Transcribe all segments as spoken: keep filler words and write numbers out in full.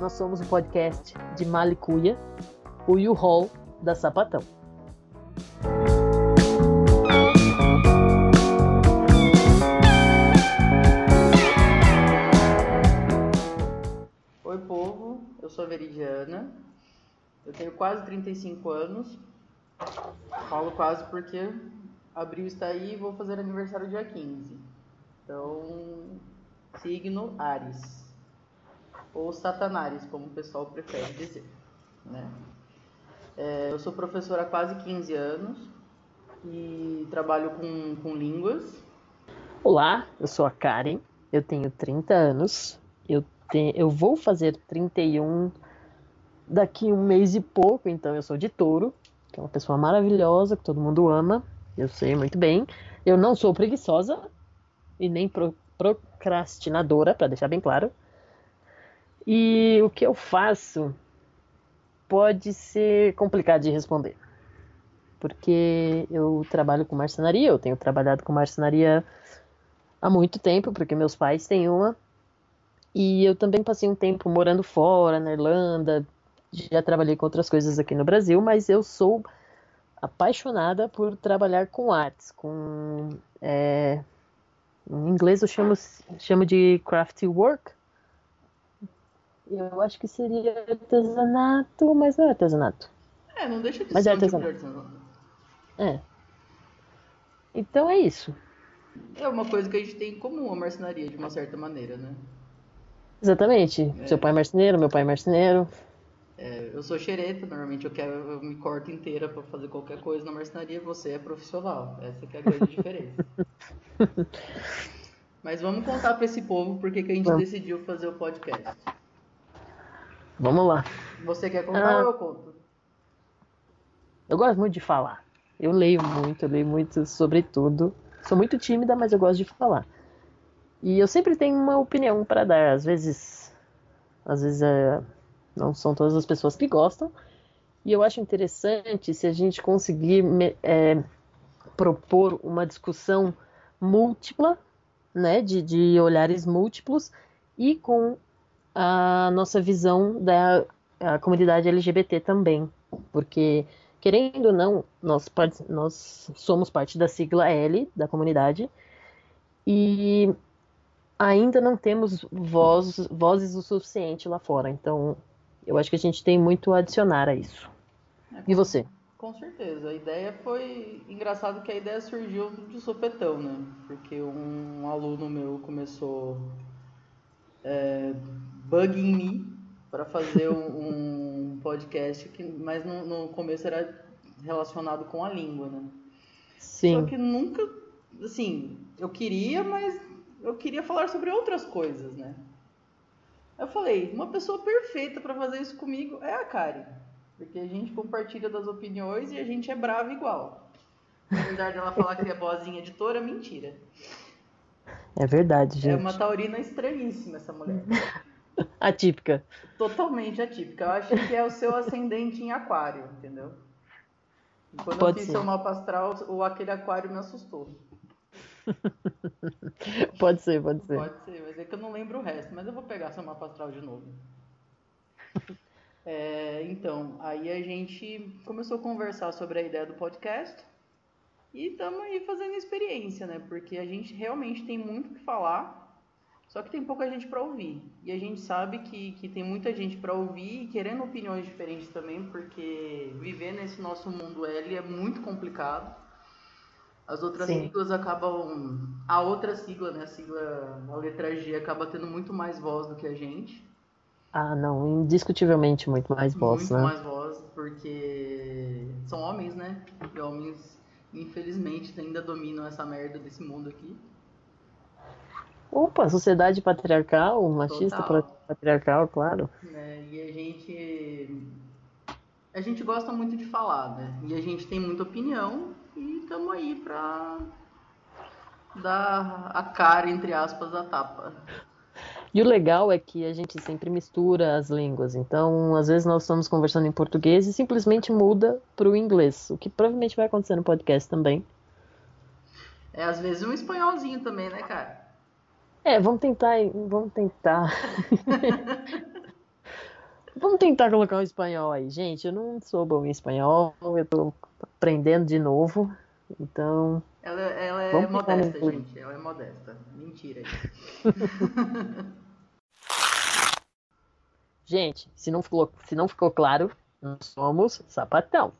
nós somos o podcast de Malicuia, o U-Haul da Sapatão. Oi, povo, eu sou a Veridiana, eu tenho quase trinta e cinco anos, falo quase porque abril está aí e vou fazer aniversário dia quinze. Então, signo Áries, ou Satanares, como o pessoal prefere dizer, né? É, eu sou professora há quase quinze anos e trabalho com, com línguas. Olá, eu sou a Karen, eu tenho trinta anos, eu, te, eu vou fazer trinta e um daqui um mês e pouco, então eu sou de Touro, que é uma pessoa maravilhosa, que todo mundo ama, eu sei muito bem. Eu não sou preguiçosa e nem pro, procrastinadora, para deixar bem claro. E o que eu faço pode ser complicado de responder, porque eu trabalho com marcenaria, eu tenho trabalhado com marcenaria há muito tempo, porque meus pais têm uma, e eu também passei um tempo morando fora, na Irlanda, já trabalhei com outras coisas aqui no Brasil, mas eu sou apaixonada por trabalhar com artes, com... É, em inglês eu chamo, chamo de craft work. Eu acho que seria artesanato, mas não é artesanato. É, não deixa de Mas é ser um tipo de artesanato. artesanato. É. Então é isso. É uma coisa que a gente tem em comum, a marcenaria, de uma certa maneira, né? Exatamente. É. Seu pai é marceneiro, meu pai é marceneiro. É, eu sou xereta, normalmente eu, quero, eu me corto inteira pra fazer qualquer coisa na marcenaria, você é profissional. Essa que é a grande diferença. Mas vamos contar pra esse povo por que que a gente Vamos. decidiu fazer o podcast. Vamos lá. Você quer contar Ah, ou eu conto? eu gosto muito de falar. Eu leio muito, eu leio muito sobre tudo. Sou muito tímida, mas eu gosto de falar. E eu sempre tenho uma opinião para dar. Às vezes, às vezes é, não são todas as pessoas que gostam. E eu acho interessante se a gente conseguir é, propor uma discussão múltipla, né, de, de olhares múltiplos e com a nossa visão da a comunidade L G B T também, porque querendo ou não, nós, nós somos parte da sigla L da comunidade e ainda não temos voz, vozes o suficiente lá fora, então eu acho que a gente tem muito a adicionar a isso. É, E com, você? com certeza. A ideia foi... Engraçado que a ideia surgiu de sopetão, né? Porque um aluno meu começou é, bugging me para fazer um, um podcast, que, mas no, no começo era relacionado com a língua, né? Só Sim. que nunca, assim, eu queria, mas eu queria falar sobre outras coisas, né? Eu falei, uma pessoa perfeita para fazer isso comigo é a Kari, porque a gente compartilha das opiniões e a gente é brava igual. Apesar dela falar que é boazinha editora, mentira. É verdade, É uma gente. taurina estranhíssima essa mulher. Atípica. Totalmente atípica. Eu acho que é o seu ascendente em aquário, entendeu? E quando eu Pode fiz ser. seu mapa astral, o aquele aquário me assustou. Pode ser, pode ser. Pode ser, mas é que eu não lembro o resto, mas eu vou pegar seu mapa astral de novo. É, então, aí a gente começou a conversar sobre a ideia do podcast e estamos aí fazendo experiência, né? Porque a gente realmente tem muito o que falar, só que tem pouca gente para ouvir. E a gente sabe que, que tem muita gente para ouvir e querendo opiniões diferentes também, porque viver nesse nosso mundo L é muito complicado. As outras Sim. siglas acabam... A outra sigla, né? A sigla, a letra G, acaba tendo muito mais voz do que a gente. Ah, não, indiscutivelmente muito mais voz, Muito né? mais voz, porque são homens, né? E homens, infelizmente, ainda dominam essa merda desse mundo aqui. Opa, sociedade patriarcal, machista Total. patriarcal, claro. Né? E a gente... A gente gosta muito de falar, né? E a gente tem muita opinião e estamos aí pra dar a cara, entre aspas, a tapa. E o legal é que a gente sempre mistura as línguas. Então, às vezes nós estamos conversando em português e simplesmente muda para o inglês, o que provavelmente vai acontecer no podcast também. É, às vezes um espanholzinho também, né, cara? É, vamos tentar, vamos tentar. Vamos tentar colocar um espanhol aí, gente. Eu não sou bom em espanhol, eu tô aprendendo de novo. Então, Ela, ela é vamos tentar no modesta, inglês. gente. Ela é modesta. Mentira isso. Gente, se não ficou, se não ficou claro, nós somos sapatão,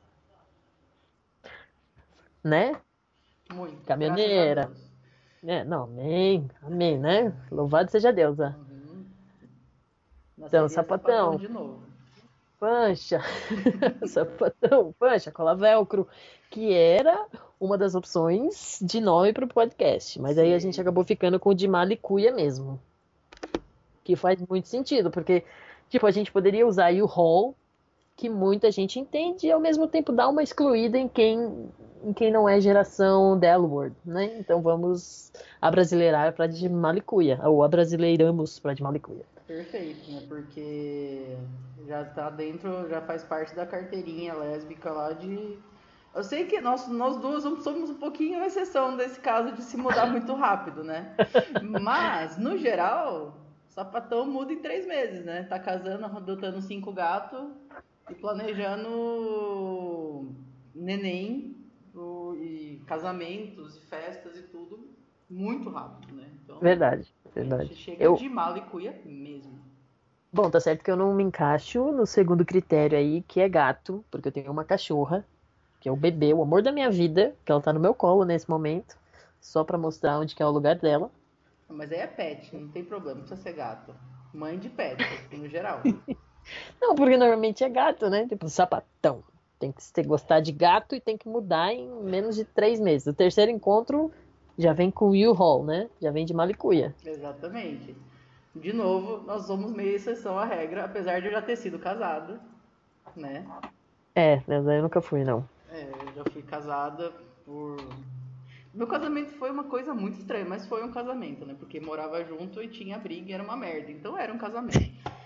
né? Muito, graças a Caminhoneira. Deus. É, não, amém, amém, né? Louvado seja Deus, né? Uhum. Então, Nasceria sapatão sapatão, de novo. pancha, sapatão, pancha, cola velcro, que era uma das opções de nome para o podcast. Mas aí a gente Sei. acabou ficando com o de malicuia mesmo, que faz muito sentido, porque, tipo, a gente poderia usar aí o hall, que muita gente entende, e ao mesmo tempo dá uma excluída em quem, em quem não é geração Delaware, né? Então vamos abrasileirar para de malicuia, ou abrasileiramos para de malicuia. Perfeito, né? Porque já tá dentro, já faz parte da carteirinha lésbica lá de. Eu sei que nós, nós duas somos um pouquinho exceção desse caso de se mudar muito rápido, né? Mas, no geral, sapatão muda em três meses, né? Tá casando, adotando cinco gatos e planejando neném o- e casamentos e festas e tudo muito rápido, né? Então, Verdade, a gente verdade. chega Eu, de mala e cuia mesmo. bom, tá certo que eu não me encaixo no segundo critério aí, que é gato, porque eu tenho uma cachorra, que é o bebê, o amor da minha vida, que ela tá no meu colo nesse momento, só pra mostrar onde que é o lugar dela. Mas aí é pet, não tem problema, não precisa ser gato. Mãe de pet, no geral. Não, porque normalmente é gato, né? Tipo, sapatão. Tem que ter, gostar de gato e tem que mudar em menos de três meses. O terceiro encontro já vem com o U-Haul, né? Já vem de malicuia. Exatamente. De novo, nós somos meio exceção à regra, apesar de eu já ter sido casada, né? É, essa eu nunca fui, não. É, eu já fui casada por. Meu casamento foi uma coisa muito estranha, mas foi um casamento, né? Porque morava junto e tinha briga e era uma merda. Então era um casamento.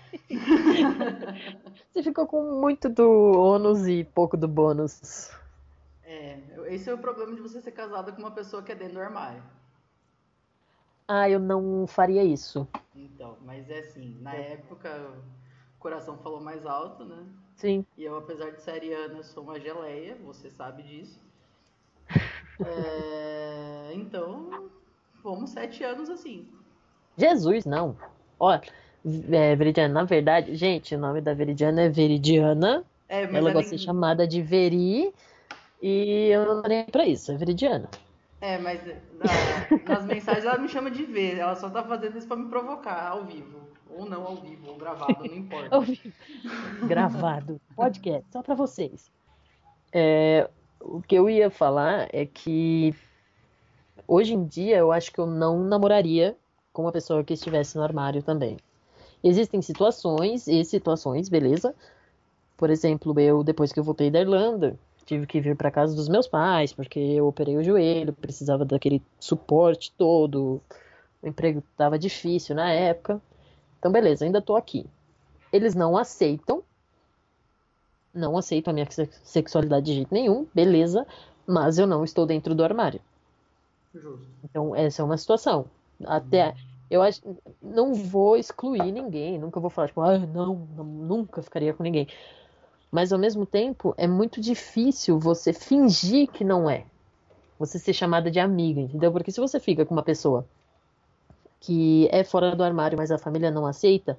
Você ficou com muito do ônus e pouco do bônus. É, esse é o problema de você ser casada com uma pessoa que é dentro do armário. Ah, eu não faria isso. Então, mas é assim, na época o coração falou mais alto, né? Sim. E eu, apesar de ser ariana, sou uma geleia, você sabe disso. É, então, fomos sete anos assim. Jesus, não. Ó, é, Veridiana, na verdade, gente, o nome da Veridiana é Veridiana. É, mas Ela ela, gosta de ser chamada de Veri e eu não tô nem pra isso, é Veridiana. é, mas na- nas mensagens ela me chama de V, ela só tá fazendo isso pra me provocar ao vivo. Ou não ao vivo, ou gravado, não Ao importa. vivo, gravado, podcast, só pra vocês. É, o que eu ia falar é que hoje em dia eu acho que eu não namoraria com uma pessoa que estivesse no armário também. Existem situações e situações, beleza? Por exemplo, eu, depois que eu voltei da Irlanda, tive que vir para casa dos meus pais, porque eu operei o joelho, precisava daquele suporte todo, o emprego estava difícil na época. Então, beleza, ainda tô aqui. Eles não aceitam, não aceitam a minha sexualidade de jeito nenhum, beleza, mas eu não estou dentro do armário. Justo. Então, essa é uma situação. Até eu acho, não vou excluir ninguém, nunca vou falar, tipo, ah, não, não, nunca ficaria com ninguém. Mas ao mesmo tempo, é muito difícil você fingir que não é. Você ser chamada de amiga, entendeu? Porque se você fica com uma pessoa que é fora do armário, mas a família não aceita,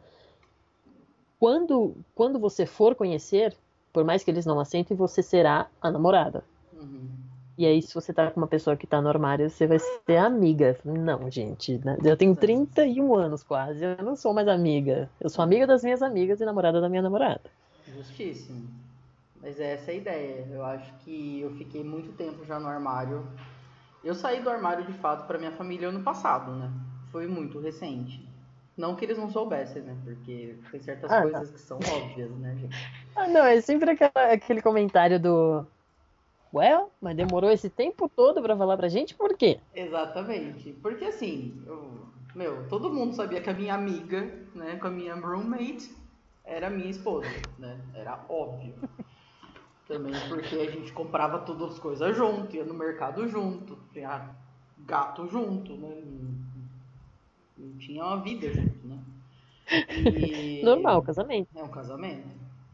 quando, quando você for conhecer, por mais que eles não aceitem, você será a namorada. Uhum. E aí, se você tá com uma pessoa que tá no armário, você vai ser amiga. Não, gente, né? Eu tenho Exato. trinta e um anos quase, eu não sou mais amiga. Eu sou amiga das minhas amigas e namorada da minha namorada. Justíssimo. Mas é essa a ideia. Eu acho que eu fiquei muito tempo já no armário. Eu saí do armário de fato pra minha família ano passado, né? Foi muito recente. Não que eles não soubessem, né? Porque tem certas Ah, não. coisas que são óbvias, né, gente? Ah, não, é sempre aquela- aquele comentário do Well, mas demorou esse tempo todo pra falar pra gente, por quê? Exatamente. Porque assim, eu, meu, todo mundo sabia que a minha amiga, né, com a minha roommate, era minha esposa, né? Era óbvio. Também porque a gente comprava todas as coisas junto, ia no mercado junto, tinha gato junto, né? Não tinha uma vida junto, né? E Normal, casamento. é um casamento.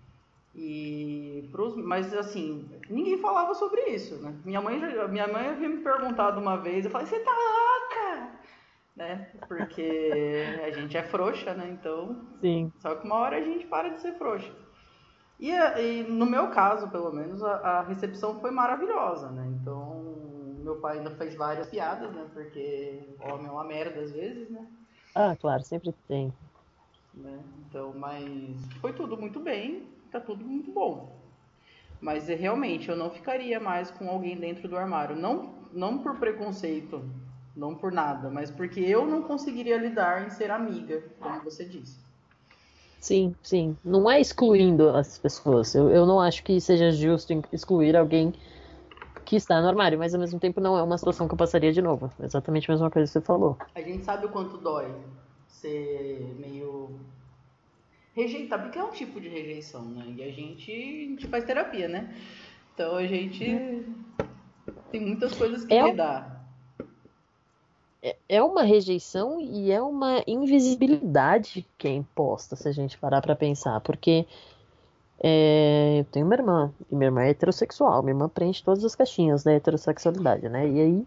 E pros, mas assim, ninguém falava sobre isso, né? Minha mãe, já, minha mãe havia me perguntado uma vez, eu falei, você tá louca? Né? Porque a gente é frouxa, né? Então, Sim. só que uma hora a gente para de ser frouxa. E, e no meu caso, pelo menos, a, a recepção foi maravilhosa, né? Então, meu pai ainda fez várias piadas, né? Porque homem é uma merda às vezes, né? Ah, claro, sempre tem. né? Então, mas foi tudo muito bem, tá tudo muito bom. Mas é, realmente eu não ficaria mais com alguém dentro do armário. Não, não por preconceito, não por nada, mas porque eu não conseguiria lidar em ser amiga, como você disse. Sim, sim. Não é excluindo as pessoas. Eu, eu não acho que seja justo excluir alguém que está no armário, mas ao mesmo tempo não é uma situação que eu passaria de novo. Exatamente a mesma coisa que você falou. A gente sabe o quanto dói ser meio rejeitar, porque é um tipo de rejeição, né? E a gente, a gente faz terapia, né? Então a gente tem muitas coisas que É, lidar. é é uma rejeição e é uma invisibilidade que é imposta, se a gente parar pra pensar. Porque é, eu tenho uma irmã, e minha irmã é heterossexual. Minha irmã preenche todas as caixinhas da heterossexualidade, né? E aí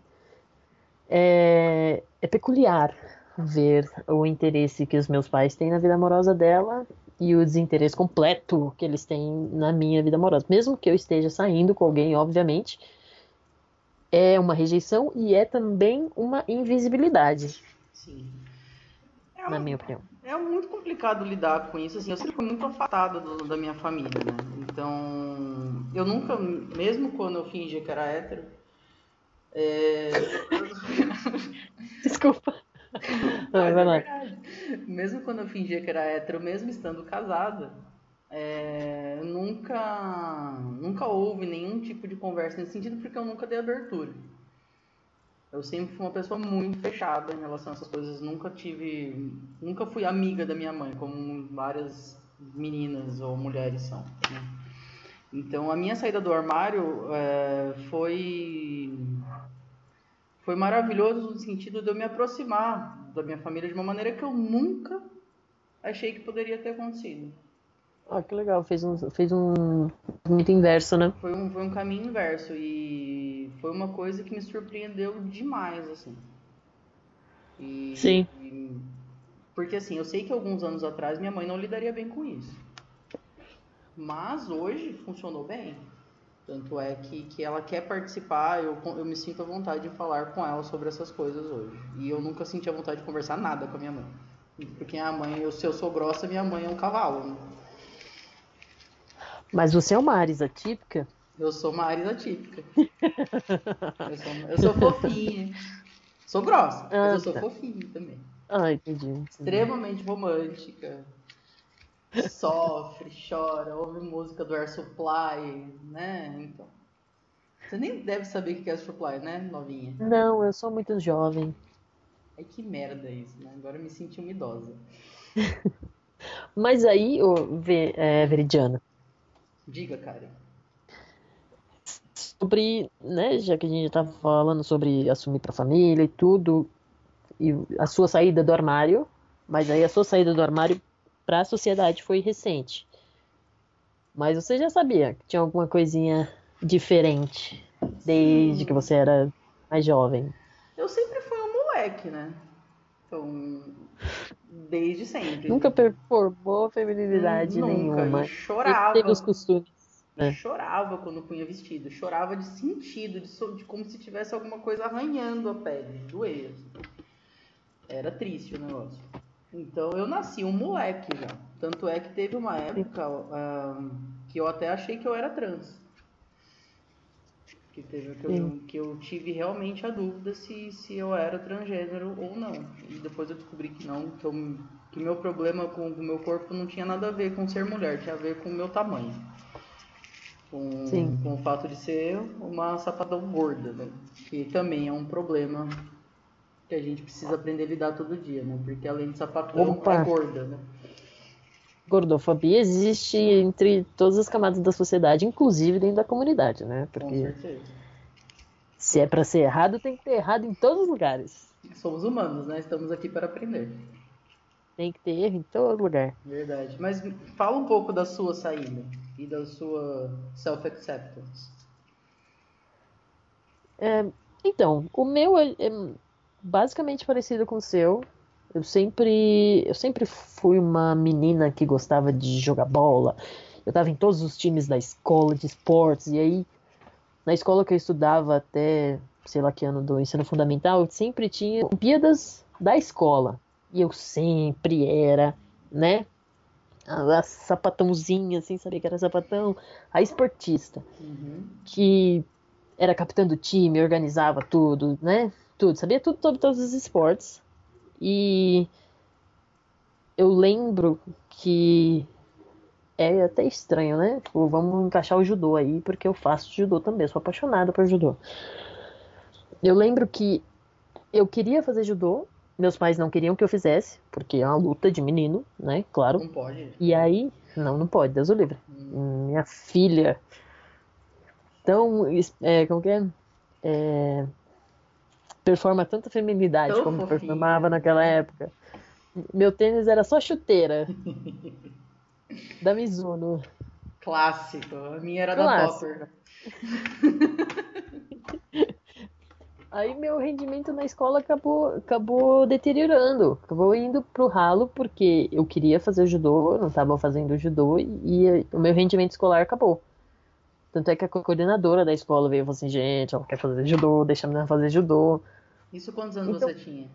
é, é peculiar ver o interesse que os meus pais têm na vida amorosa dela e o desinteresse completo que eles têm na minha vida amorosa. Mesmo que eu esteja saindo com alguém, obviamente, é uma rejeição e é também uma invisibilidade, Sim. É, na um, minha opinião. é muito complicado lidar com isso. Assim, eu sempre fui muito afastada do, da minha família, né? Então, eu nunca, mesmo quando eu fingia que era hétero, é, Desculpa. Ah, mas vai é lá. verdade. Mesmo quando eu fingia que era hétero, mesmo estando casada, é, nunca, nunca houve nenhum tipo de conversa nesse sentido, porque eu nunca dei abertura. Eu sempre fui uma pessoa muito fechada em relação a essas coisas. Nunca tive. Nunca fui amiga da minha mãe, como várias meninas ou mulheres são. Né? Então a minha saída do armário é, foi. Foi maravilhoso no sentido de eu me aproximar da minha família de uma maneira que eu nunca achei que poderia ter acontecido. Ah, que legal. Fez um, fez um muito inverso, né? Foi um, foi um caminho inverso e foi uma coisa que me surpreendeu demais, assim. E, Sim. e porque assim, eu sei que alguns anos atrás minha mãe não lidaria bem com isso. Mas hoje funcionou bem. Tanto é que, que ela quer participar, eu, eu me sinto à vontade de falar com ela sobre essas coisas hoje. E eu nunca senti a vontade de conversar nada com a minha mãe. Porque a mãe, eu, se eu sou grossa, minha mãe é um cavalo. Né? Mas você é uma Ares atípica? Eu sou uma Ares atípica. Eu sou, eu sou fofinha. Sou grossa, mas Ah, eu sou tá. fofinha também. Ah, entendi, entendi. Extremamente romântica. Sofre, chora, ouve música do Air Supply, né? Então. Você nem deve saber o que é Air Supply, né, novinha? Não, eu sou muito jovem. Ai, que merda isso, né? Agora eu me senti uma idosa. Mas aí, ô, Ve- é, Veridiana, Diga, Karen. sobre, né, já que a gente tá falando sobre assumir pra família e tudo, e a sua saída do armário, mas aí a sua saída do armário pra sociedade foi recente. Mas você já sabia que tinha alguma coisinha diferente desde que Sim, você era mais jovem. eu sempre fui um moleque, né? Então, desde sempre. Nunca performou Hum, feminilidade nunca. E nenhuma. Sempre teve os chorava. costumes, E né? chorava quando punha vestido. Chorava de sentido, de, so- de como se tivesse alguma coisa arranhando a pele. Doía. Assim. Era triste o negócio. Então eu nasci um moleque já. Tanto é que teve uma época ah, que eu até achei que eu era trans. Que, teve, que, Sim. eu, que eu tive realmente a dúvida se, se eu era transgênero ou não. E depois eu descobri que não, que, eu, que meu problema com o meu corpo não tinha nada a ver com ser mulher, tinha a ver com o meu tamanho. Com, Sim. com o fato de ser uma sapatão gorda, né? Que também é um problema que a gente precisa aprender a lidar todo dia, né? Porque além de sapatão, é Opa, gorda, né? gordofobia existe entre todas as camadas da sociedade, inclusive dentro da comunidade, né? Com Porque certeza. se é pra ser errado, tem que ter errado em todos os lugares. Somos humanos, né? Estamos aqui para aprender. Tem que ter erro em todo lugar. Verdade. Mas fala um pouco da sua saída e da sua self-acceptance. É, então, o meu é, é basicamente parecido com o seu. Eu sempre, eu sempre fui uma menina que gostava de jogar bola. Eu estava em todos os times da escola de esportes. E aí, na escola que eu estudava até, sei lá que ano do ensino fundamental, eu sempre tinha Olimpíadas da escola. E eu sempre era, né? A, a sapatãozinha, sem saber que era sapatão, a esportista, Uhum. que era capitã do time, organizava tudo, né? Tudo, sabia tudo sobre todos os esportes. E eu lembro que é até estranho, né? Tipo, vamos encaixar o judô aí, porque eu faço judô também, sou apaixonada por judô. Eu lembro que eu queria fazer judô, meus pais não queriam que eu fizesse, porque é uma luta de menino, né? Claro. Não pode. E aí, não, não pode, Deus o livre. Hum. Minha filha, tão, é, como que é? É, performa tanta feminilidade Tão como fofinha, performava naquela né? época. Meu tênis era só chuteira da Mizuno. Clássico. A minha era da Clássico. Topper. Aí meu rendimento na escola acabou, acabou deteriorando, acabou indo pro ralo porque eu queria fazer judô, eu não estava fazendo judô e o meu rendimento escolar acabou. Tanto é que a coordenadora da escola veio e falou assim, gente, ela quer fazer judô, deixa a menina fazer judô. Isso quantos anos Então, você tinha?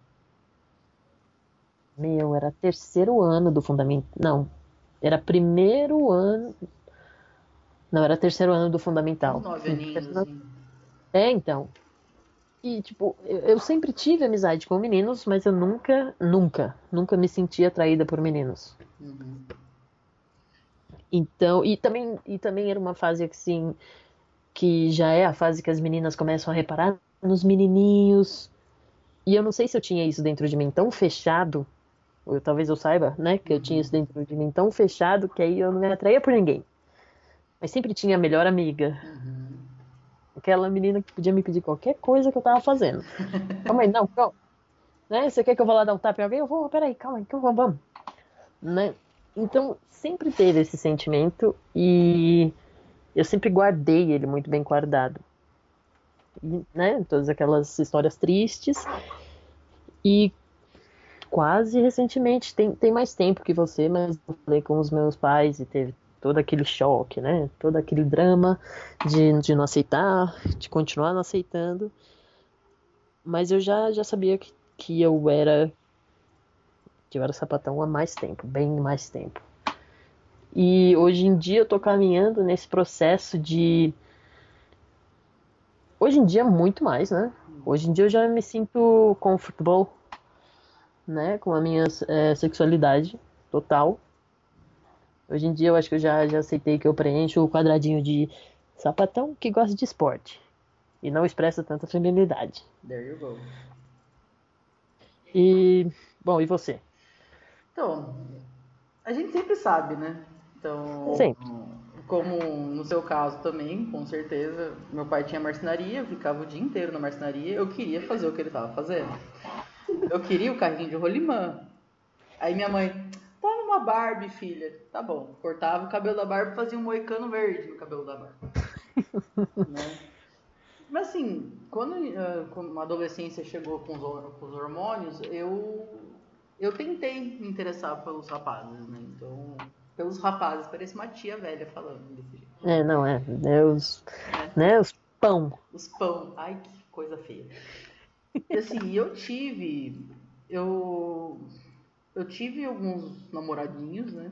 meu, era terceiro ano do fundamental. Não, era primeiro ano. Não, era terceiro ano do Uns fundamental. nove Sim, aninhos, terceiro ano. assim. É, então. E, tipo, eu, eu sempre tive amizade com meninos, mas eu nunca, nunca, nunca me senti atraída por meninos. Uhum. Então, e também, e também era uma fase assim, que já é a fase que as meninas começam a reparar nos menininhos. E eu não sei se eu tinha isso dentro de mim tão fechado, ou talvez eu saiba, né, que eu tinha isso Uhum. dentro de mim tão fechado que aí eu não me atraía por ninguém. Mas sempre tinha a melhor amiga, Uhum. aquela menina que podia me pedir qualquer coisa que eu tava fazendo. Calma aí, não, calma. Né? Você quer que eu vá lá dar um tapa em alguém? Eu vou, peraí, calma aí, calma, vamos. Né? Então, sempre teve esse sentimento e eu sempre guardei ele muito bem guardado. E, né? Todas aquelas histórias tristes. E quase recentemente, tem, tem mais tempo que você, mas eu falei com os meus pais e teve todo aquele choque, né? Todo aquele drama de, de não aceitar, de continuar não aceitando. Mas eu já, já sabia que, que eu era que eu era sapatão há mais tempo, bem mais tempo. E hoje em dia eu tô caminhando nesse processo de. Hoje em dia muito mais, né? Hoje em dia eu já me sinto comfortable, né? Com a minha é, sexualidade total. Hoje em dia eu acho que eu já, já aceitei que eu preencho o quadradinho de sapatão que gosta de esporte e não expressa tanta feminilidade. There you go. E, bom, e você? Então, a gente sempre sabe, né? Então, Sempre. como no seu caso também, com certeza, meu pai tinha marcenaria, eu ficava o dia inteiro na marcenaria, eu queria fazer o que ele estava fazendo. Eu queria o carrinho de rolimã. Aí minha mãe, toma uma Barbie, filha. Tá bom. Cortava o cabelo da Barbie e fazia um moicano verde no cabelo da Barbie. Né? Mas assim, quando uh, a adolescência chegou com os, com os hormônios, eu, eu tentei me interessar pelos rapazes, né? Então, pelos rapazes, parece uma tia velha falando desse jeito. É, não, é. É os, Né? né, os pão. Os pão. Ai, que coisa feia. E assim, eu tive. Eu. Eu tive alguns namoradinhos, né?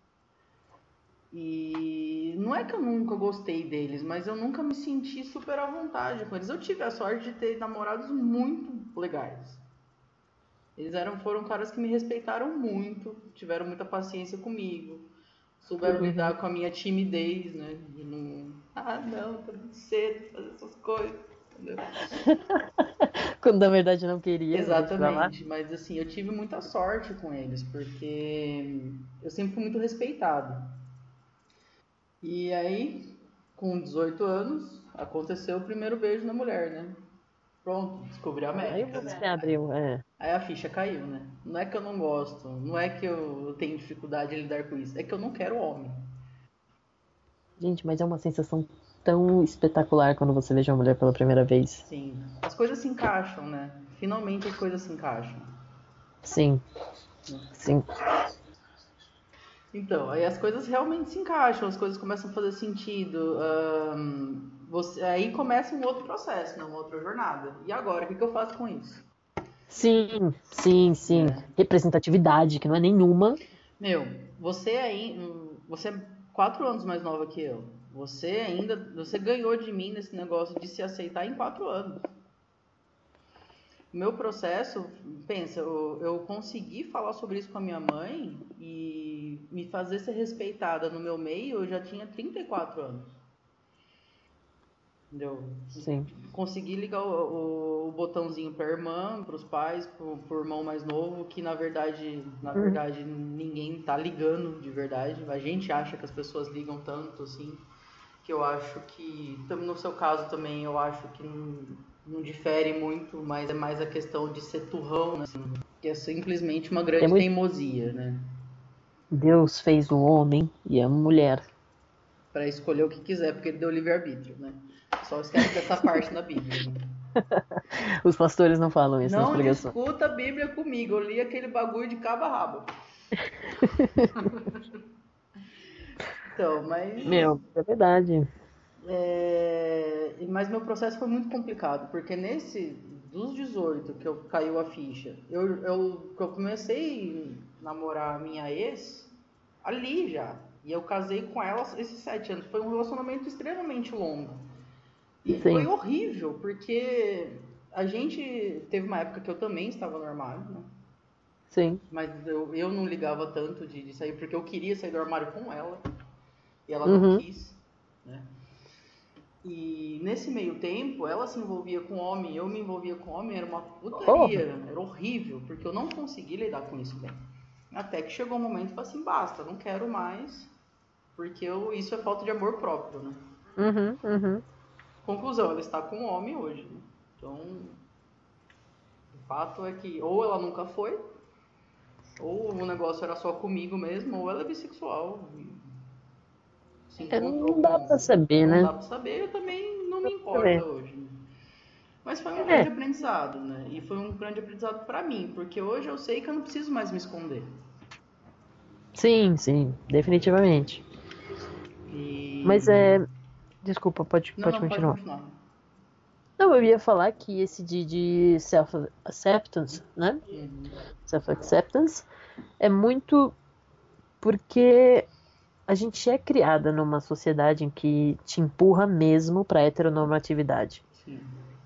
E não é que eu nunca gostei deles, mas eu nunca me senti super à vontade com eles. Eu tive a sorte de ter namorados muito legais. Eles eram, foram caras que me respeitaram muito, tiveram muita paciência comigo, souberam Uhum. lidar com a minha timidez, né? De não. Ah, não, tá muito cedo fazer essas coisas, entendeu? Quando na verdade não queria, e deixa pra lá. Exatamente, mas assim, eu tive muita sorte com eles, porque eu sempre fui muito respeitado. E aí, com dezoito anos, aconteceu o primeiro beijo na mulher, né? Pronto, descobri a Aí métrica, você né? abriu, é. Aí a ficha caiu, né? Não é que eu não gosto, não é que eu tenho dificuldade em lidar com isso, é que eu não quero homem. Gente, mas é uma sensação tão espetacular quando você veja uma mulher pela primeira vez. Sim, as coisas se encaixam, né? Finalmente as coisas se encaixam. Sim, sim. Então, aí as coisas realmente se encaixam, as coisas começam a fazer sentido. ahn, você, aí começa um outro processo, né? Uma outra jornada. E agora, o que, que eu faço com isso? Sim, sim, sim. Né? Representatividade, que não é nenhuma. Meu, você aí, hum, você é quatro anos mais nova que eu. Você ainda, você ganhou de mim nesse negócio de se aceitar em quatro anos. O meu processo, pensa, eu, eu consegui falar sobre isso com a minha mãe e me fazer ser respeitada no meu meio, eu já tinha trinta e quatro anos. Entendeu? Sim. Consegui ligar o, o, o botãozinho para a irmã, para os pais, para o irmão mais novo, que na verdade, na Uhum. verdade ninguém tá ligando de verdade. A gente acha que as pessoas ligam tanto assim, que eu acho que, no seu caso também, eu acho que não, não difere muito, mas é mais a questão de ser turrão, né? Assim, que é simplesmente uma grande Temos teimosia, né? Deus fez o homem e a mulher. Para escolher o que quiser, porque ele deu livre-arbítrio, né? Só esquece dessa parte na Bíblia, né? Os pastores não falam isso nas Não pregações. discuta a Bíblia comigo, eu li aquele bagulho de cabo a rabo. Então, mas. Meu, é verdade. É... Mas meu processo foi muito complicado, porque nesse. Dos dezoito que eu caiu a ficha, eu, eu, eu comecei a namorar a minha ex ali já. E eu casei com ela esses sete anos. Foi um relacionamento extremamente longo. E foi Sim, horrível, porque a gente teve uma época que eu também estava no armário, né? sim. Mas eu, eu não ligava tanto de, de sair, porque eu queria sair do armário com ela. E ela não Uhum. quis, né? E nesse meio tempo, ela se envolvia com homem, eu me envolvia com homem, era uma Porra. putaria, era horrível, porque eu não conseguia lidar com isso bem. Até que chegou um momento e falei assim, basta, não quero mais, porque eu, isso é falta de amor próprio, né? Uhum, uhum. Conclusão, ela está com um homem hoje, né? Então, o fato é que ou ela nunca foi, ou o negócio era só comigo mesmo, ou ela é bissexual. Se É, encontrou não dá com. pra saber, Não né? dá pra saber, eu também não me Dá pra importa saber. hoje. Né? Mas foi um grande É, aprendizado, né? E foi um grande aprendizado pra mim, porque hoje eu sei que eu não preciso mais me esconder. sim, sim, definitivamente. Mas E. é. Desculpa, pode, Não, pode não, pode continuar. continuar. Não, eu ia falar que esse de, de self-acceptance, né? Uhum. Self-acceptance é muito porque a gente é criada numa sociedade em que te empurra mesmo pra heteronormatividade. Sim.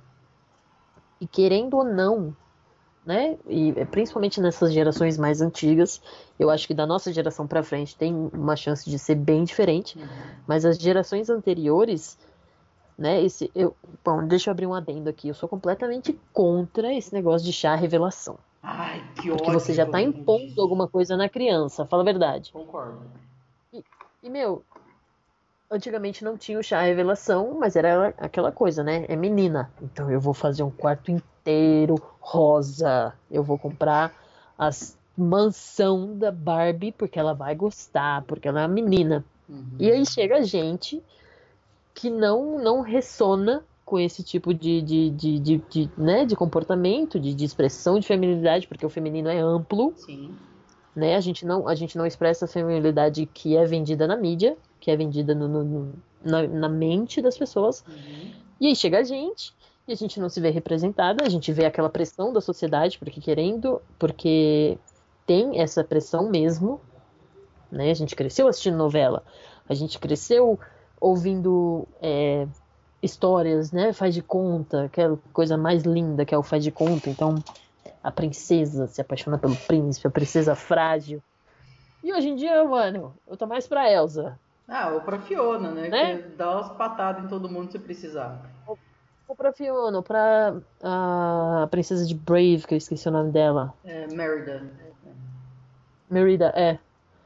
E querendo ou não, né? E principalmente nessas gerações mais antigas, eu acho que da nossa geração pra frente tem uma chance de ser bem diferente, Uhum. mas as gerações anteriores, né? Esse, eu, bom, deixa eu abrir um adendo aqui. Eu sou completamente contra esse negócio de chá revelação. Ai, que Porque você ódio já que eu tá tenho impondo disso. alguma coisa na criança, fala a verdade. Concordo. E, e, meu, antigamente não tinha o chá revelação, mas era aquela coisa, né? É menina. Então eu vou fazer um quarto inteiro rosa. Eu vou comprar as mansão da Barbie porque ela vai gostar, porque ela é uma menina. E Uhum. aí chega gente que não não ressona com esse tipo de, de, de, de, de, né, de comportamento, de, de expressão de feminilidade, porque o feminino é amplo, Sim. né? A gente não, a gente não expressa a feminilidade que é vendida na mídia, que é vendida no, no- no- na, na mente das pessoas. Uhum. E aí chega a gente, e a gente não se vê representada, a gente vê aquela pressão da sociedade, porque querendo, porque tem essa pressão mesmo, né? A gente cresceu assistindo novela, a gente cresceu ouvindo é, histórias, né? Faz de conta, aquela coisa mais linda que é o faz de conta. Então, a princesa se apaixona pelo príncipe, a princesa frágil. E hoje em dia, mano, eu tô mais pra Elsa, Ah, ou pra Fiona, né? Que né? dá umas patadas em todo mundo se precisar. Ou, ou pra Fiona, ou pra a princesa de Brave, que eu esqueci o nome dela. É, Merida. Merida, é.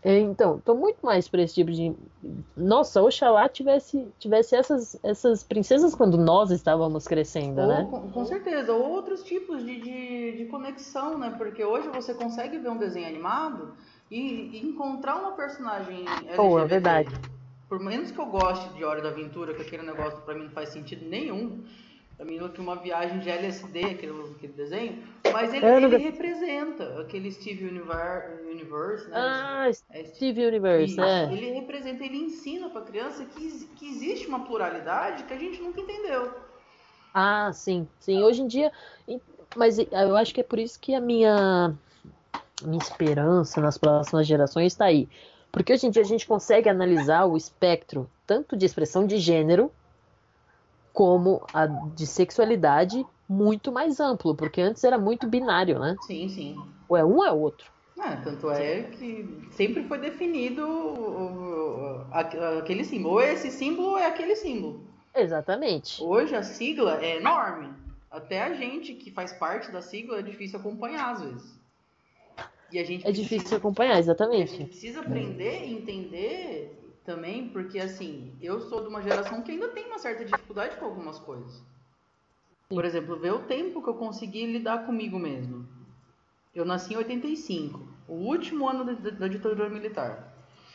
É, então, tô muito mais pra esse tipo de. Nossa, oxalá tivesse, tivesse essas, essas princesas quando nós estávamos crescendo, Ou, né? com, com certeza, ou outros tipos de, de, de conexão, né? Porque hoje você consegue ver um desenho animado e, e encontrar uma personagem Pô, é L G B T. verdade. Por menos que eu goste de Hora da Aventura, que aquele negócio pra mim não faz sentido nenhum, pra mim que uma viagem de L S D, aquele, aquele desenho, mas ele, Eu ele nunca... representa aquele Steve Universe, Universe né? Ah, É, Steve Universe, isso, é. ele representa, ele ensina pra criança que, que existe uma pluralidade que a gente nunca entendeu. Ah, sim, sim. Hoje em dia. Mas eu acho que é por isso que a minha, minha esperança nas próximas gerações está aí. Porque hoje em dia a gente consegue analisar o espectro tanto de expressão de gênero como a de sexualidade muito mais amplo, porque antes era muito binário, né? Sim, sim. Ou é um ou é outro. Ah, tanto é que sempre foi definido o- o- a- aquele símbolo. Ou é esse símbolo ou é aquele símbolo. Exatamente. Hoje a sigla é enorme. Até a gente que faz parte da sigla é difícil acompanhar às vezes. E a gente É difícil precisa, acompanhar, e a gente exatamente. precisa aprender e entender também, porque assim, eu sou de uma geração que ainda tem uma certa dificuldade com algumas coisas. Por Sim. exemplo, ver o tempo que eu consegui lidar comigo mesmo. Eu nasci em oitenta e cinco, o último ano da, da ditadura militar.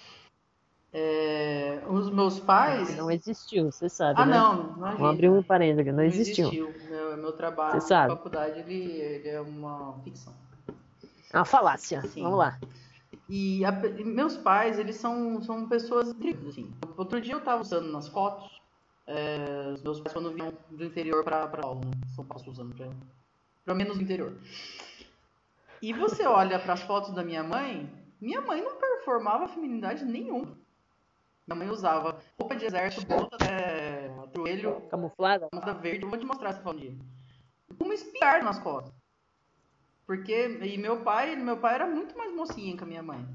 É, os meus Que pais. não existiu, você sabe, Ah, né? não, Vamos abrir imagina. um parênteses, não Não existiu. existiu. Meu, meu Você trabalho de sabe. faculdade ele, ele é uma ficção. É uma falácia. Vamos Sim. lá. E a, meus pais, eles são, são pessoas incríveis, assim. Outro dia eu tava usando nas fotos, é, os meus pais quando vinham do interior pra, pra aula, né? São Paulo usando pra, pra menos do interior. E você olha para as fotos da minha mãe, minha mãe não performava feminidade nenhuma. Minha mãe usava roupa de exército, bota até o joelho, Camuflada? camuflada verde. Eu vou te mostrar essa foto um dia. Com uma espingarda nas costas. Porque, e meu pai, meu pai era muito mais mocinho que a minha mãe.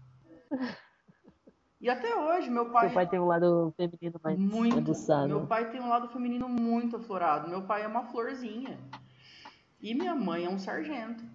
E até hoje, meu Seu pai, pai tem um lado feminino mais muito. Meu aguçado. pai tem um lado feminino muito aflorado. Meu pai é uma florzinha. E minha mãe é um sargento.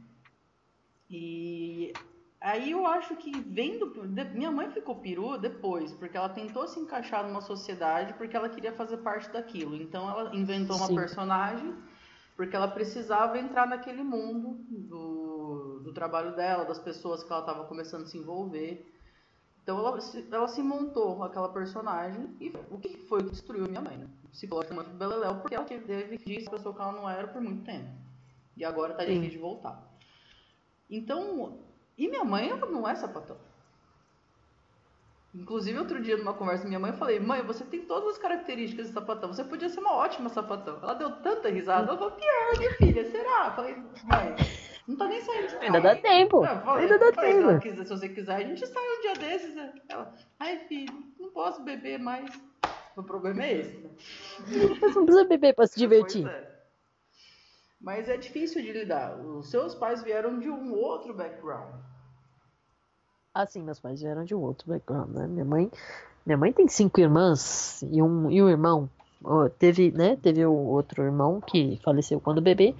E aí eu acho que vendo. Minha mãe ficou perua depois, porque ela tentou se encaixar numa sociedade porque ela queria fazer parte daquilo. Então ela inventou uma Sim. personagem porque ela precisava entrar naquele mundo do, do trabalho dela, das pessoas que ela estava começando a se envolver. Então ela, ela se montou aquela personagem e o que foi que destruiu minha mãe, né? Psicologicamente beleléu, porque ela teve que dizer a pessoa que ela não era por muito tempo. E agora tá Sim. difícil de voltar. Então, e minha mãe não é sapatão. Inclusive, outro dia, numa conversa com minha mãe, eu falei: mãe, você tem todas as características de sapatão. Você podia ser uma ótima sapatão. Ela deu tanta risada. Ela falou: pior, minha filha, será? Eu falei: mãe, não tá nem saindo de Ainda dá casa. tempo. Eu falei, Ainda dá eu falei se, ela tempo. quiser, se você quiser, a gente sai um dia desses. Ela: ai, filho, não posso beber mais. O problema é esse, né? Mas não precisa beber pra se Pois divertir. é. Mas é difícil de lidar. Os seus pais vieram de um outro background. Ah, sim, meus pais vieram de um outro background, né? Minha mãe, minha mãe tem cinco irmãs e um, e um irmão. Oh, teve, né? Teve o outro irmão que faleceu quando bebê.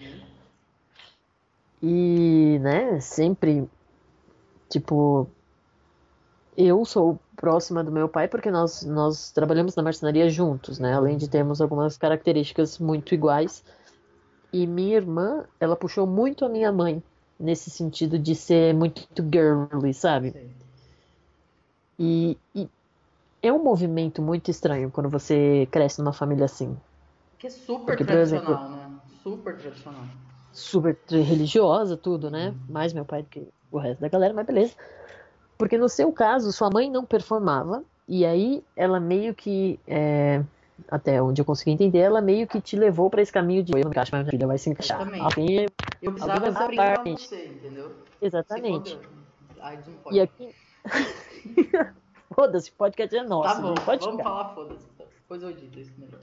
E, né, sempre, tipo, eu sou próxima do meu pai porque nós, nós trabalhamos na marcenaria juntos, né? Além de termos algumas características muito iguais. E minha irmã, ela puxou muito a minha mãe nesse sentido de ser muito girly, sabe? Sim. E, e é um movimento muito estranho quando você cresce numa família assim. Que é super Porque, por exemplo, tradicional, né? Super tradicional. super religiosa, tudo, né? Mais meu pai do que o resto da galera, mas beleza. Porque no seu caso, sua mãe não performava, e aí ela meio que, é, até onde eu consegui entender, ela meio que te levou pra esse caminho de eu não me encaixo, mas minha filha vai se encaixar. Exatamente. Alguém, Eu alguém precisava vai se apresentar matar a a gente. você, entendeu? Se Exatamente. fodeu. Ai, não E pode. aqui. Foda-se, o podcast é Tá nosso, bom, gente. Pode vamos ficar. falar foda-se então. Depois eu edito isso melhor.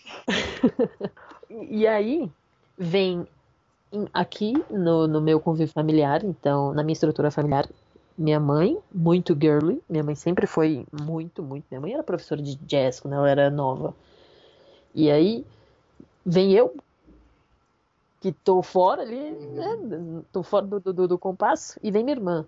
E, e aí vem em- aqui no, no meu convívio familiar, então, na minha estrutura familiar, minha mãe, muito girly. Minha mãe sempre foi muito, muito. Minha mãe era professora de jazz quando ela era nova. E aí vem eu, que tô fora ali, Uhum. né? Tô fora do, do, do compasso, e vem minha irmã.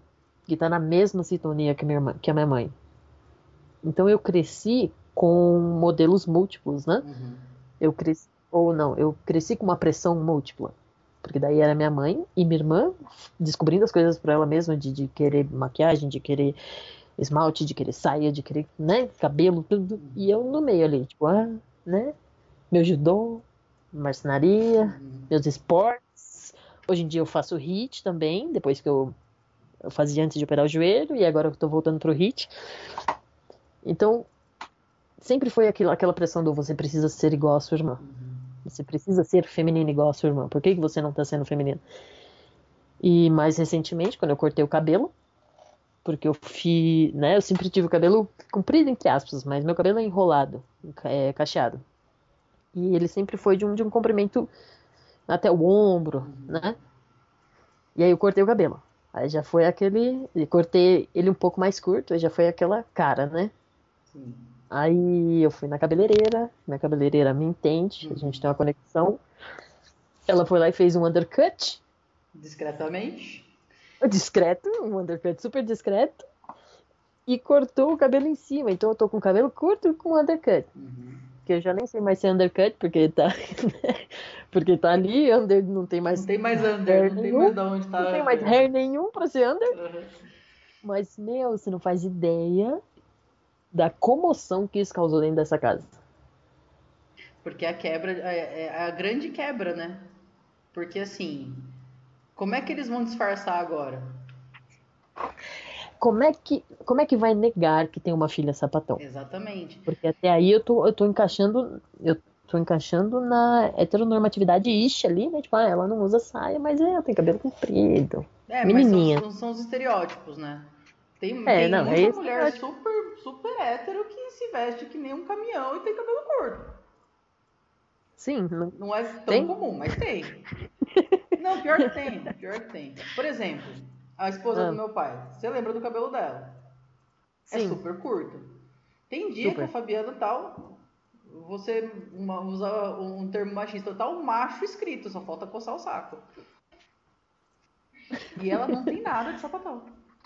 que tá na mesma sintonia que a minha irmã, que a minha mãe. Então eu cresci com modelos múltiplos, né? Uhum. Eu cresci, ou não, eu cresci com uma pressão múltipla. Porque daí era minha mãe e minha irmã descobrindo as coisas por ela mesma, de, de querer maquiagem, de querer esmalte, de querer saia, de querer, né, cabelo, tudo. E eu no meio ali, tipo, ah, né, meu judô, marcenaria, Uhum. meus esportes. Hoje em dia eu faço HIIT também, depois que eu, eu fazia antes de operar o joelho, e agora eu tô voltando pro HIIT. Então, sempre foi aquilo, aquela pressão do você precisa ser igual à sua irmã. Uhum. Você precisa ser feminina igual à sua irmã. Por que, que você não tá sendo feminina? E mais recentemente, quando eu cortei o cabelo, porque eu fiz, né, eu sempre tive o cabelo comprido, entre aspas, mas meu cabelo é enrolado, é cacheado. E ele sempre foi de um, de um comprimento até o ombro, Uhum. né? E aí eu cortei o cabelo. Aí já foi aquele. E cortei ele um pouco mais curto, aí já foi aquela cara, né? Sim. Aí eu fui na cabeleireira, minha cabeleireira me entende, a gente Uhum. tem uma conexão. Ela foi lá e fez um undercut, Discretamente. discreto, um undercut super discreto, e cortou o cabelo em cima. Então eu tô com o cabelo curto e com undercut. Uhum. Que eu já nem sei mais se é undercut, porque tá, porque tá ali, under não tem Não mais tem mais under, hair não tem mais nenhum, da onde não tá tem mais under. hair nenhum pra ser under. Uhum. Mas, meu, você não faz ideia da comoção que isso causou dentro dessa casa. Porque a quebra é, é a grande quebra, né? Porque assim, como é que eles vão disfarçar agora? Como é que, como é que vai negar que tem uma filha sapatão? Exatamente. Porque até aí eu tô, eu tô encaixando, eu tô encaixando na heteronormatividade ish ali, né? Tipo, ah, ela não usa saia, mas é, ela tem cabelo comprido. É, mas Menininha. são, são os estereótipos, né? Tem, É, tem não, é muita esse mulher estereótipo. super, super hétero que se veste que nem um caminhão e tem cabelo curto. Sim, não Não é tão tem? comum, mas tem. Não, pior que tem, pior que tem. Por exemplo, a esposa do Ah, meu pai. Você lembra do cabelo dela? É sim, super curto. Tem dia que a super. Fabiana tal, você uma, usa um termo machista, tal macho escrito, só falta coçar o saco. E ela não tem nada de sapatão.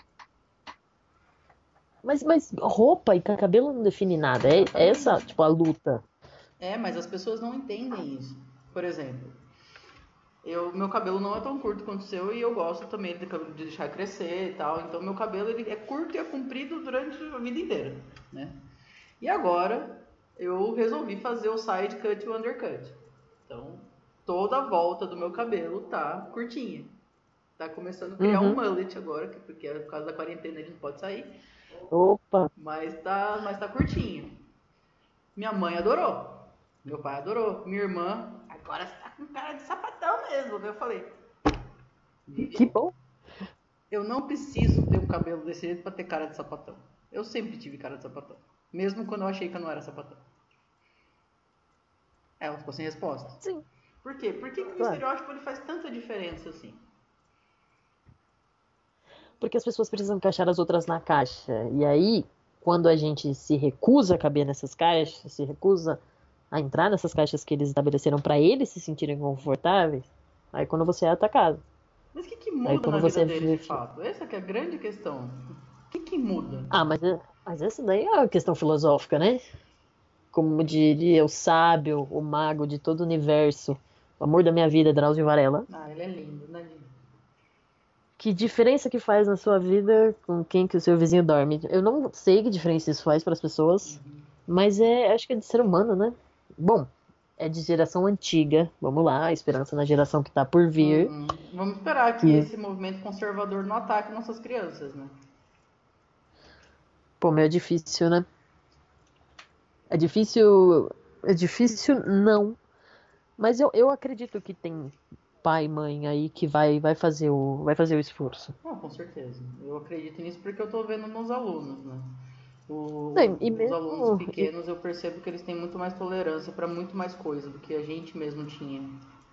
Mas, mas roupa e cabelo não define nada. É, é essa, Exatamente. tipo, a luta. É, mas as pessoas não entendem isso. Por exemplo, eu, meu cabelo não é tão curto quanto o seu e eu gosto também de, de deixar crescer e tal. Então meu cabelo ele é curto e é comprido durante a vida inteira, né? E agora eu resolvi fazer o side cut e o undercut. Então toda a volta do meu cabelo tá curtinha. Tá começando a criar um Uhum. mullet agora, porque por causa da quarentena a gente não pode sair. Opa. Mas tá, mas tá curtinho. Minha mãe adorou. Meu pai adorou. Minha irmã, agora você tá com cara de sapatão mesmo. Eu falei, Que Vivi, bom. eu não preciso ter um cabelo desse jeito pra ter cara de sapatão. Eu sempre tive cara de sapatão. Mesmo quando eu achei que eu não era sapatão. Ela ficou sem resposta. Sim, Por quê? Por que, que o claro. estereótipo ele faz tanta diferença assim? Porque as pessoas precisam encaixar as outras na caixa. E aí, quando a gente se recusa a caber nessas caixas, se recusa a entrar nessas caixas que eles estabeleceram para eles se sentirem confortáveis, aí quando você é atacado. Mas o que, que Aí muda quando na vida você deles de vê. fato? Essa que é a grande questão. O que, que muda? Ah, mas, é- mas essa daí é uma questão filosófica, né? Como diria o sábio, o mago de todo o universo, o amor da minha vida, Drauzio Varela. Ah, ele é lindo, né, lindo? Que diferença que faz na sua vida com quem que o seu vizinho dorme? Eu não sei que diferença isso faz para as pessoas, mas é, acho que é de ser humano, né? Bom, é de geração antiga, vamos lá, a esperança na geração que tá por vir, Uhum. Vamos esperar que que, esse movimento conservador não ataque nossas crianças, né? pô, meu, é difícil, né? É difícil, é difícil não, mas eu, eu acredito que tem pai e mãe aí que vai, vai fazer o, vai fazer o esforço. Não, com certeza. Eu acredito nisso porque eu tô vendo nos alunos, né? Não, O- e os alunos mesmo, e- pequenos eu percebo que eles têm muito mais tolerância para muito mais coisa do que a gente mesmo tinha.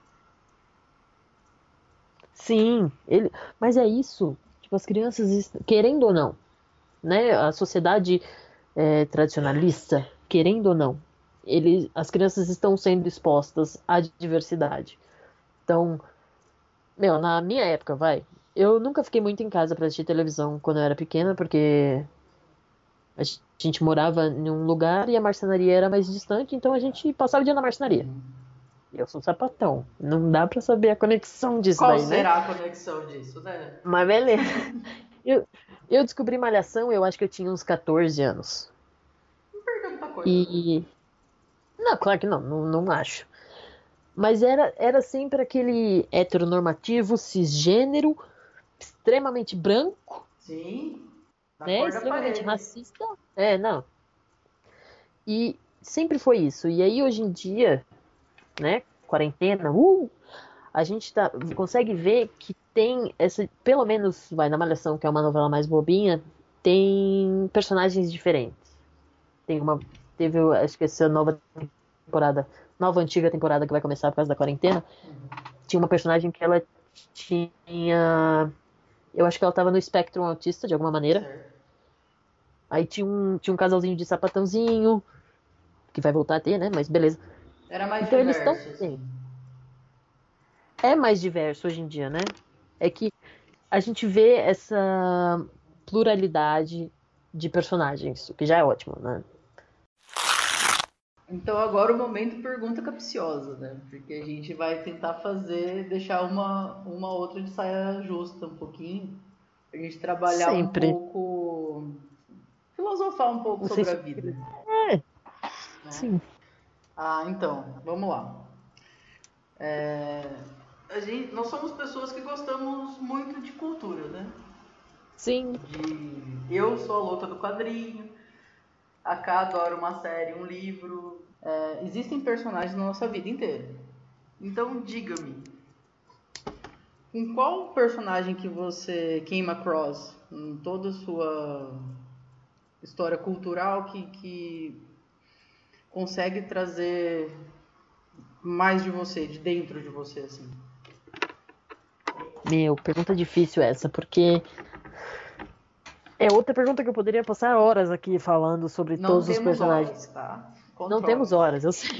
sim, ele, mas é isso, tipo, as crianças, est- querendo ou não, né? A sociedade é, tradicionalista, querendo ou não, ele, as crianças estão sendo expostas à diversidade. Então, meu, na minha época, vai, eu nunca fiquei muito em casa pra assistir televisão quando eu era pequena, porque a gente morava em um lugar e a marcenaria era mais distante, então a gente passava o dia na marcenaria. Uhum. Eu sou sapatão. Não dá pra saber a conexão disso Qual daí, né? será a conexão disso, né? Mas beleza. Eu, eu descobri Malhação, eu acho que eu tinha uns catorze anos. Não perdeu muita coisa, né? E. Não, claro que não, não, não acho. Mas era, era sempre aquele heteronormativo, cisgênero, extremamente branco, Sim, da né? cor da Extremamente parede. racista. É, não. E sempre foi isso. E aí, hoje em dia, né? Quarentena, uh, a gente tá, consegue ver que tem essa, pelo menos vai na Malhação, que é uma novela mais bobinha, tem personagens diferentes. Tem uma, teve, acho que essa nova temporada, nova antiga temporada que vai começar por causa da quarentena, Uhum. tinha uma personagem que ela tinha, eu acho que ela tava no espectro autista de alguma maneira. Certo. Aí tinha um, tinha um casalzinho de sapatãozinho, que vai voltar a ter, né? Mas beleza. Era mais Então eles estão diverso, bem. assim. É mais diverso hoje em dia, né? É que a gente vê essa pluralidade de personagens, o que já é ótimo, né? Então agora o momento pergunta capciosa, né? Porque a gente vai tentar fazer, deixar uma, uma outra de saia justa um pouquinho. A gente trabalhar um Sempre. pouco, filosofar um pouco Um sobre a senso vida, crítico. É, né? sim. Ah, então, vamos lá. A gente, nós somos pessoas que gostamos muito de cultura, né? Sim. De, eu sou a louca do quadrinho, a Ká adora uma série, um livro. É, existem personagens na nossa vida inteira. Então diga-me, com qual personagem que você came across em toda a sua história cultural que, que consegue trazer mais de você, de dentro de você, assim? Meu, pergunta difícil essa, porque é outra pergunta que eu poderia passar horas aqui falando sobre Não todos os temos horas, personagens. tá? Não temos Controle-se. horas, eu sei.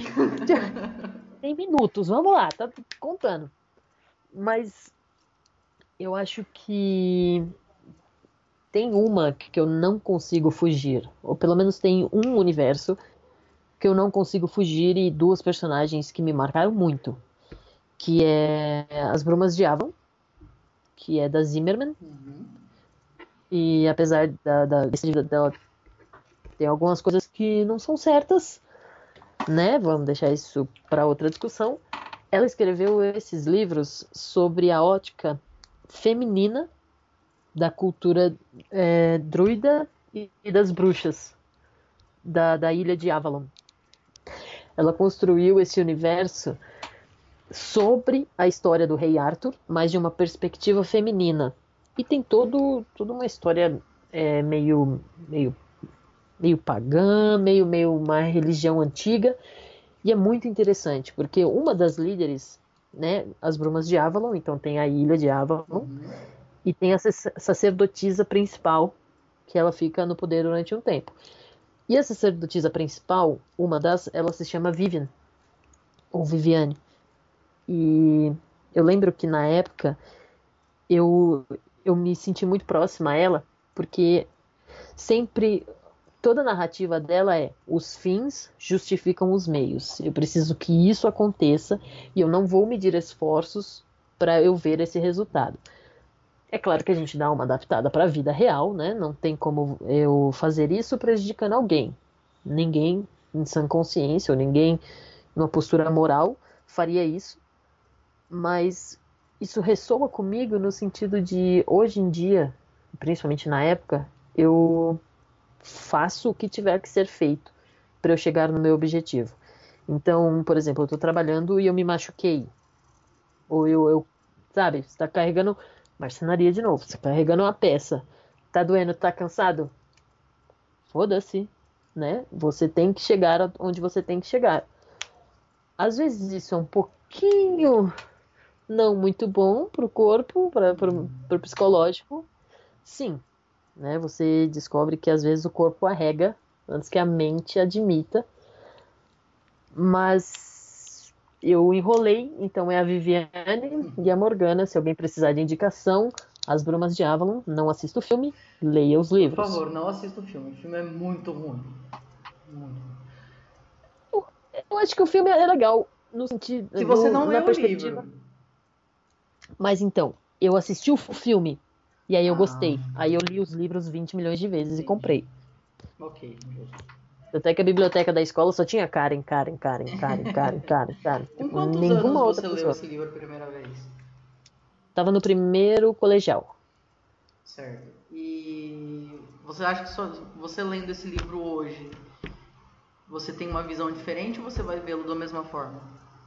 Tem minutos, vamos lá, tá contando. Mas eu acho que tem uma que eu não consigo fugir. Ou pelo menos tem um universo que eu não consigo fugir e duas personagens que me marcaram muito. Que é As Brumas de Avon, que é da Zimmerman. Uhum. E apesar da, da, dela ter algumas coisas que não são certas, né? Vamos deixar isso para outra discussão. Ela escreveu esses livros sobre a ótica feminina da cultura é, druida e, e das bruxas da, da ilha de Avalon. Ela construiu esse universo sobre a história do rei Arthur, mas de uma perspectiva feminina. E tem todo, toda uma história é, meio, meio, meio pagã, meio, meio uma religião antiga. E é muito interessante, porque uma das líderes, né, as Brumas de Avalon, então tem a ilha de Avalon, Uhum. e tem a sacerdotisa principal, que ela fica no poder durante um tempo. E a sacerdotisa principal, uma das, ela se chama Vivian, ou Viviane. E eu lembro que na época eu, eu me senti muito próxima a ela, porque sempre toda a narrativa dela é os fins justificam os meios. Eu preciso que isso aconteça e eu não vou medir esforços para eu ver esse resultado. É claro que a gente dá uma adaptada para a vida real, né? Não tem como eu fazer isso prejudicando alguém. Ninguém em sã consciência ou ninguém numa postura moral faria isso, mas isso ressoa comigo no sentido de hoje em dia, principalmente na época, eu faço o que tiver que ser feito para eu chegar no meu objetivo. Então, por exemplo, eu estou trabalhando e eu me machuquei. Ou eu, eu sabe, você está carregando marcenaria de novo, você está carregando uma peça. Tá doendo, tá cansado? Foda-se, né? Você tem que chegar onde você tem que chegar. Às vezes isso é um pouquinho não muito bom pro corpo, para pro, pro psicológico. Sim, né? Você descobre que às vezes o corpo arrega antes que a mente admita. Mas eu enrolei, então é a Viviane e a Morgana. Se alguém precisar de indicação, As Brumas de Avalon, não assista o filme, leia os Por livros. favor, não assista o filme. O filme é muito ruim. Muito. Eu, eu acho que o filme é legal no sentido, Se você no, não na leu o livro. perspectiva. Mas então, eu assisti o filme e aí eu Ah, gostei. Aí eu li os livros vinte milhões de vezes e entendi. comprei. Ok, justo. Até que a biblioteca da escola só tinha Karen, Karen, Karen, Karen, Karen, Karen, Karen. Com Tipo, quantos anos nenhuma outra você leu pessoa. esse livro a primeira vez? Tava no primeiro colegial. Certo. E você acha que só, você lendo esse livro hoje, você tem uma visão diferente ou você vai vê-lo da mesma forma?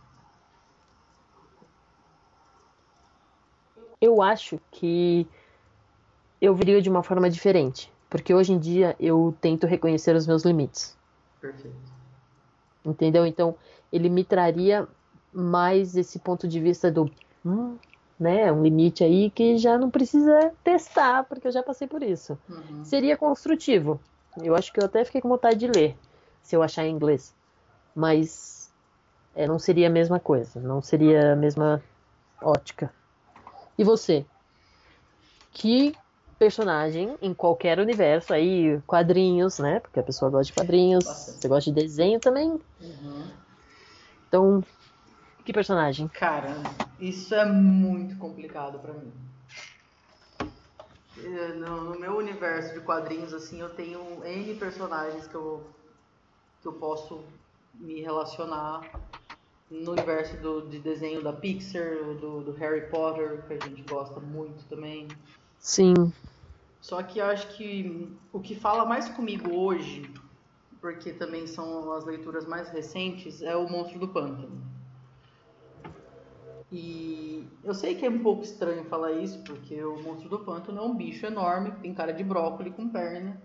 Eu acho que eu viria de uma forma diferente. Porque hoje em dia eu tento reconhecer os meus limites. Perfeito. Entendeu? Então, ele me traria mais esse ponto de vista do, hum, né, um limite aí que já não precisa testar, porque eu já passei por isso. Uhum. Seria construtivo. Eu acho que eu até fiquei com vontade de ler, se eu achar em inglês. Mas é, não seria a mesma coisa, não seria a mesma ótica. E você? Que personagem em qualquer universo aí, quadrinhos, né? Porque a pessoa gosta de quadrinhos, Bastante. você gosta de desenho também. Uhum. Então, que personagem? Caramba, isso é muito complicado pra mim. Eh, No, no meu universo de quadrinhos, assim, eu tenho N personagens que eu, que eu posso me relacionar. No universo do, de desenho da Pixar, do, do Harry Potter, que a gente gosta muito também. Sim. Só que eu acho que o que fala mais comigo hoje, porque também são as leituras mais recentes, é o Monstro do Pântano. E eu sei que é um pouco estranho falar isso, porque o Monstro do Pântano é um bicho enorme, que tem cara de brócolis com perna.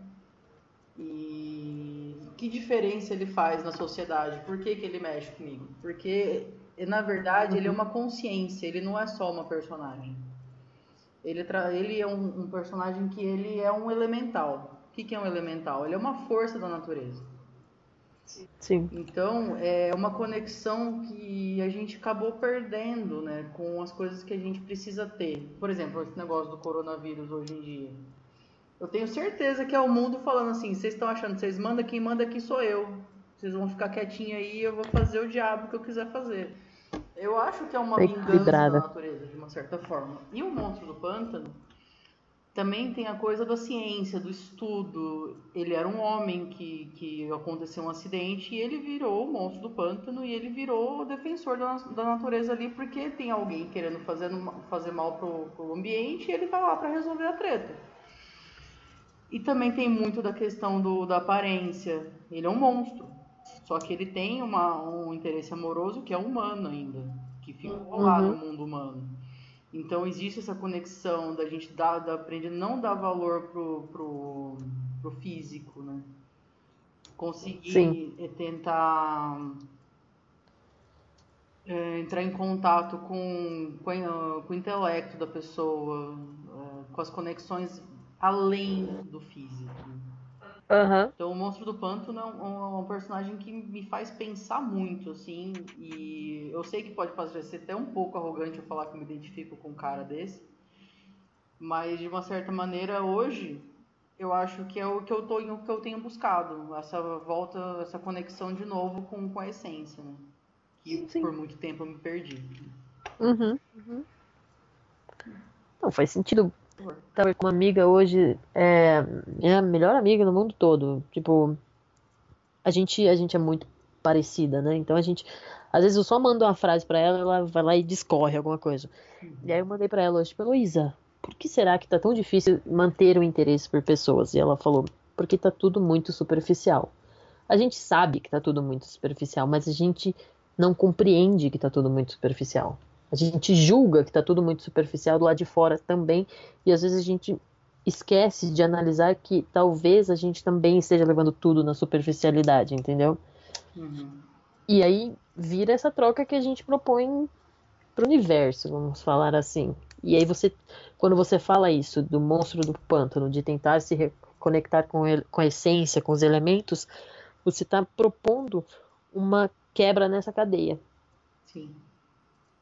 E que diferença ele faz na sociedade? Por que, que ele mexe comigo? Porque, na verdade, ele é Uhum. uma consciência, ele não é só uma personagem. Ele, tra... ele é um, um personagem que ele é um elemental. O que, que é um elemental? Ele é uma força da natureza. Sim. Então, é uma conexão que a gente acabou perdendo, né, com as coisas que a gente precisa ter. Por exemplo, esse negócio do coronavírus hoje em dia. Eu tenho certeza que é o mundo falando assim, vocês estão achando que vocês mandam, quem manda aqui sou eu. Vocês vão ficar quietinho aí e eu vou fazer o diabo que eu quiser fazer. Eu acho que é uma Tá vingança da equilibrada. natureza, de uma certa forma. E o Monstro do Pântano também tem a coisa da ciência, do estudo. Ele era um homem que, que aconteceu um acidente e ele virou o Monstro do Pântano e ele virou o defensor da, da natureza ali porque tem alguém querendo fazer, fazer mal pro, pro ambiente e ele tá lá para resolver a treta. E também tem muito da questão do, da aparência. Ele é um monstro. Só que ele tem uma, um interesse amoroso que é humano ainda. Que ficou lá no Uhum. mundo humano. Então existe essa conexão da gente dar, da, aprender a não dar valor pro, pro, pro físico, né? Sim. Conseguir é, tentar é, entrar em contato com, com, com o intelecto da pessoa, é, com as conexões além do físico. Aham. Então, o Monstro do Pântano é um, um personagem que me faz pensar muito, assim, e eu sei que pode parecer até um pouco arrogante eu falar que eu me identifico com um cara desse, mas de uma certa maneira, hoje, eu acho que é o que eu, tô, o que eu tenho buscado, essa volta, essa conexão de novo com, com a essência, né? Que Sim. por muito tempo eu me perdi. Uhum. Uhum. Não, faz sentido. Tava com uma amiga hoje, é minha melhor amiga no mundo todo. Tipo, a gente, a gente é muito parecida, né? Então a gente, às vezes eu só mando uma frase pra ela, ela vai lá e discorre alguma coisa. E aí eu mandei pra ela hoje, tipo, Heloísa, por que será que tá tão difícil manter o interesse por pessoas? E ela falou, porque tá tudo muito superficial. A gente sabe que tá tudo muito superficial, mas a gente não compreende que tá tudo muito superficial. A gente julga que tá tudo muito superficial do lado de fora também, e às vezes a gente esquece de analisar que talvez a gente também esteja levando tudo na superficialidade, entendeu? Uhum. E aí vira essa troca que a gente propõe pro universo, vamos falar assim. E aí você, quando você fala isso do monstro do pântano, de tentar se reconectar com, ele, com a essência, com os elementos, você está propondo uma quebra nessa cadeia. Sim.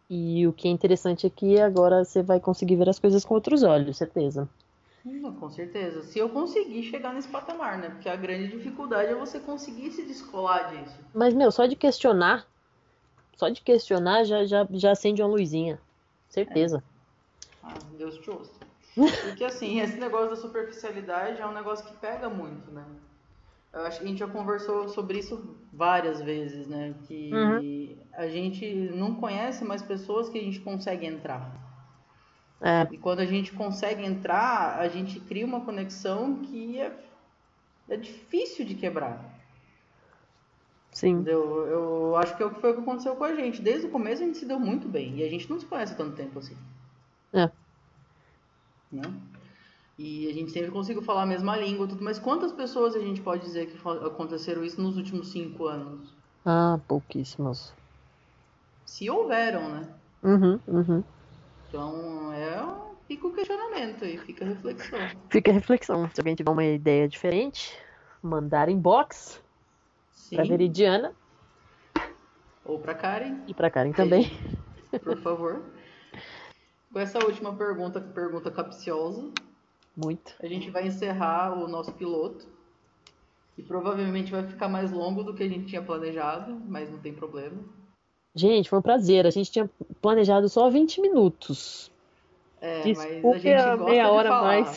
E o que é interessante aqui é agora você vai conseguir ver as coisas com outros olhos, certeza. Hum, com certeza. Se eu conseguir chegar nesse patamar, né? Porque a grande dificuldade é você conseguir se descolar disso. Mas, meu, só de questionar, só de questionar já, já, já acende uma luzinha. É. Certeza. Ah, Deus te ouça. Porque assim, esse negócio da superficialidade é um negócio que pega muito, né? Eu acho que a gente já conversou sobre isso várias vezes, né? Uhum. Que a gente não conhece mais pessoas que a gente consegue entrar. É, E quando a gente consegue entrar, a gente cria uma conexão que é, é difícil de quebrar. sim. Entendeu? Eu acho que é o que foi o que aconteceu com a gente. Desde o começo a gente se deu muito bem. E a gente não se conhece há tanto tempo assim. É. Né? E a gente sempre conseguiu falar a mesma língua, tudo, mas quantas pessoas a gente pode dizer que aconteceram isso nos últimos cinco anos? Ah, pouquíssimos. Se houveram, né? Uhum, uhum. Então, é, fica o questionamento aí, fica a reflexão. Fica a reflexão. Se alguém tiver uma ideia diferente, mandar inbox pra Sim, Veridiana ou pra Karen, e pra Karen que a também. gente, por favor. Com essa última pergunta, pergunta capciosa, Muito. a gente vai encerrar o nosso piloto. E provavelmente vai ficar mais longo do que a gente tinha planejado, mas não tem problema. Gente, foi um prazer. A gente tinha planejado só vinte minutos. É, mas a Desculpe gente a gosta meia de hora a mais. falar.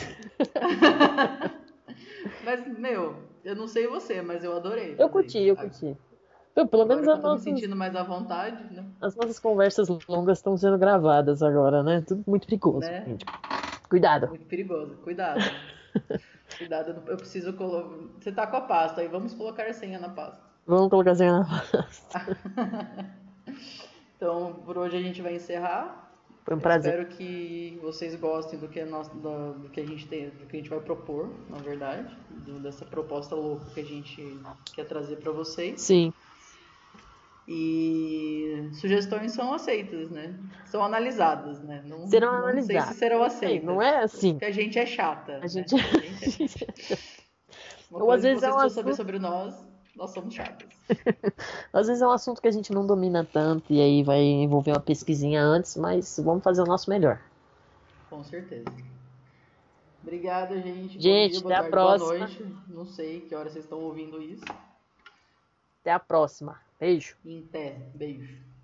Mas, meu, eu não sei você, mas eu adorei Eu fazer curti, isso. eu curti. Pô, pelo menos Agora que as eu tô me nossas, sentindo mais à vontade, né? as nossas conversas longas estão sendo gravadas agora, né? Tudo muito perigoso, Né? gente. Cuidado. Muito perigoso. Cuidado. Cuidado, eu preciso colocar. Você tá com a pasta aí, vamos colocar a senha na pasta. Vamos colocar assim na pasta. Então, por hoje a gente vai encerrar. Foi um Eu prazer. espero que vocês gostem do que, nós, do, do que a gente tem, do que a gente vai propor, na verdade, do, dessa proposta louca que a gente quer trazer para vocês. Sim. E sugestões são aceitas, né? São analisadas, né? Não, Serão não sei se analisados. serão É isso aí. Não aceitas, é assim. porque a gente é chata, A né? gente. A gente é chata. Uma Ou às coisa que vezes é vocês um precisam saber assunto. sobre nós, nós somos chatas. Às vezes é um assunto que a gente não domina tanto e aí vai envolver uma pesquisinha antes, mas vamos fazer o nosso melhor. Com certeza. Obrigada, gente. Bom dia, Gente, até boa a tarde, boa próxima. noite. Não sei que hora vocês estão ouvindo isso. Até a próxima. Beijo. Em pé. Beijo.